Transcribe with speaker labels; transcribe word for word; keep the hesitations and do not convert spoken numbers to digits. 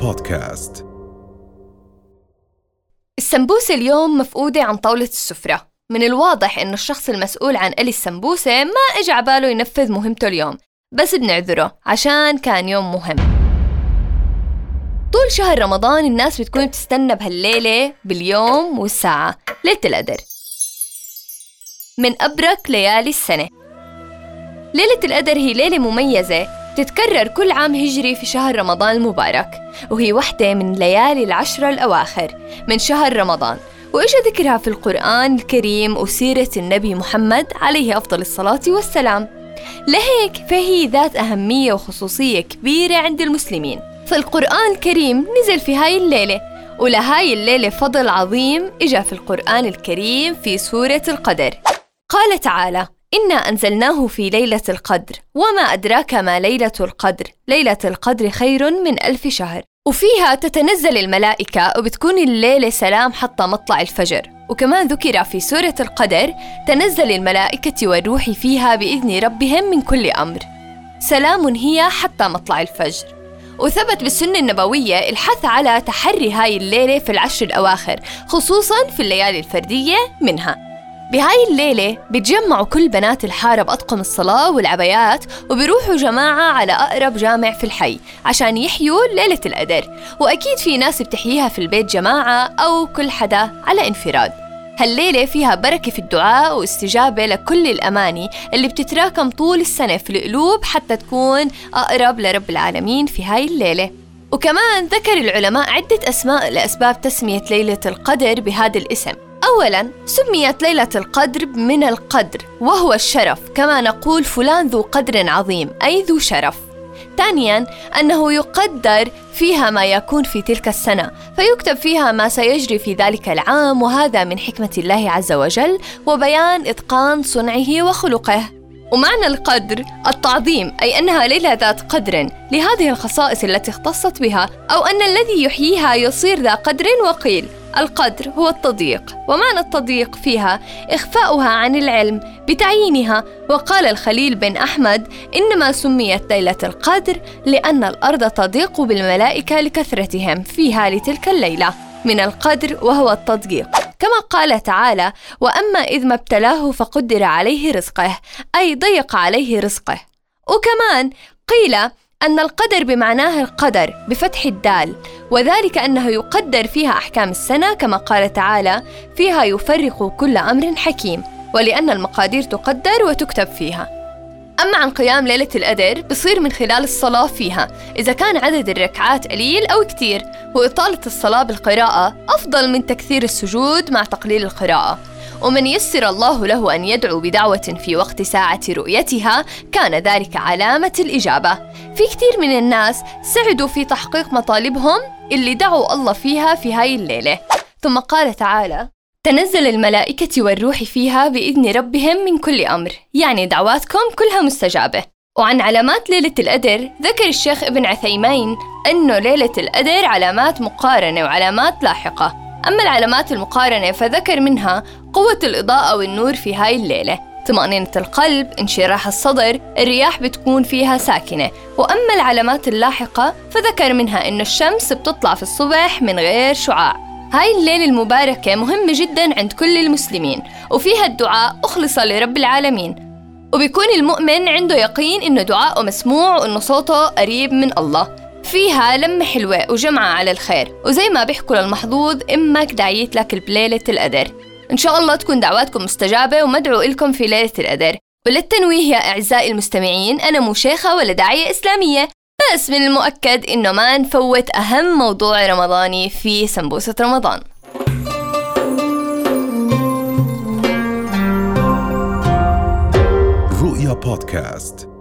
Speaker 1: بودكاست.
Speaker 2: السمبوسة اليوم مفقودة عن طاولة السفرة. من الواضح إنه الشخص المسؤول عن قلي السمبوسة ما إجا عباله ينفذ مهمته اليوم، بس بنعذره عشان كان يوم مهم. طول شهر رمضان الناس بتكون بتستنى بهالليلة باليوم والساعة، ليلة القدر، من أبرك ليالي السنة. ليلة القدر هي ليلة مميزة تتكرر كل عام هجري في شهر رمضان المبارك، وهي واحدة من ليالي العشرة الأواخر من شهر رمضان، وإجا ذكرها في القرآن الكريم وسيرة النبي محمد عليه أفضل الصلاة والسلام. لهيك فهي ذات أهمية وخصوصية كبيرة عند المسلمين. فالقرآن الكريم نزل في هاي الليلة، ولهاي الليلة فضل عظيم إجا في القرآن الكريم في سورة القدر. قال تعالى: إنا أنزلناه في ليلة القدر وما أدراك ما ليلة القدر ليلة القدر خير من ألف شهر. وفيها تتنزل الملائكة وبتكون الليلة سلام حتى مطلع الفجر. وكمان ذكر في سورة القدر: تنزل الملائكة والروح فيها بإذن ربهم من كل أمر سلام هي حتى مطلع الفجر. وثبت بالسنة النبوية الحث على تحري هاي الليلة في العشر الأواخر، خصوصاً في الليالي الفردية منها. بهاي الليلة بيتجمعوا كل بنات الحارة بأطقم الصلاة والعبايات، وبيروحوا جماعة على أقرب جامع في الحي عشان يحيوا ليلة القدر. وأكيد في ناس بتحييها في البيت جماعة أو كل حدا على انفراد. هالليلة فيها بركة في الدعاء واستجابة لكل الأماني اللي بتتراكم طول السنة في القلوب حتى تكون أقرب لرب العالمين في هاي الليلة. وكمان ذكر العلماء عدة أسماء لأسباب تسمية ليلة القدر بهذا الاسم. أولاً سميت ليلة القدر من القدر وهو الشرف، كما نقول فلان ذو قدر عظيم أي ذو شرف. ثانياً أنه يقدر فيها ما يكون في تلك السنة، فيكتب فيها ما سيجري في ذلك العام، وهذا من حكمة الله عز وجل وبيان إتقان صنعه وخلقه. ومعنى القدر التعظيم، أي أنها ليلة ذات قدر لهذه الخصائص التي اختصت بها، أو أن الذي يحييها يصير ذا قدر وقيل. القدر هو التضييق، ومعنى التضييق فيها إخفاؤها عن العلم بتعيينها. وقال الخليل بن أحمد: إنما سميت ليلة القدر لأن الأرض تضيق بالملائكة لكثرتهم فيها لتلك الليلة، من القدر وهو التضييق. كما قال تعالى: وأما إذ ما ابتلاه فقدر عليه رزقه، أي ضيق عليه رزقه. وكمان قيل أن القدر بمعناه القدر بفتح الدال، وذلك أنه يقدر فيها أحكام السنة، كما قال تعالى: فيها يفرق كل أمر حكيم، ولأن المقادير تقدر وتكتب فيها. أما عن قيام ليلة القدر بصير من خلال الصلاة فيها، إذا كان عدد الركعات قليل أو كتير، وإطالة الصلاة بالقراءة أفضل من تكثير السجود مع تقليل القراءة. ومن يسر الله له أن يدعو بدعوة في وقت ساعة رؤيتها كان ذلك علامة الإجابة. في كتير من الناس سعدوا في تحقيق مطالبهم اللي دعوا الله فيها في هاي الليلة. ثم قال تعالى: تنزل الملائكة والروح فيها بإذن ربهم من كل أمر، يعني دعواتكم كلها مستجابة. وعن علامات ليلة القدر ذكر الشيخ ابن عثيمين أنه ليلة القدر علامات مقارنة وعلامات لاحقة. أما العلامات المقارنة فذكر منها قوة الإضاءة والنور في هاي الليلة، طمأنينة القلب، انشراح الصدر، الرياح بتكون فيها ساكنة. وأما العلامات اللاحقة فذكر منها إنه الشمس بتطلع في الصبح من غير شعاع. هاي الليلة المباركة مهمة جدا عند كل المسلمين، وفيها الدعاء أخلص لرب العالمين، وبيكون المؤمن عنده يقين إنه دعاءه مسموع وإنه صوته قريب من الله. فيها لمة حلوة وجمعة على الخير، وزي ما بيحكوا للمحظوظ: إمك دعيت لك بليلة القدر. إن شاء الله تكون دعواتكم مستجابة ومدعو إلكم في ليلة القدر. وللتنويه يا أعزائي المستمعين، أنا مو شيخة ولا داعية إسلامية، بس من المؤكد إنه ما نفوت أهم موضوع رمضاني في سمبوسة رمضان.
Speaker 1: رؤيا بودكاست.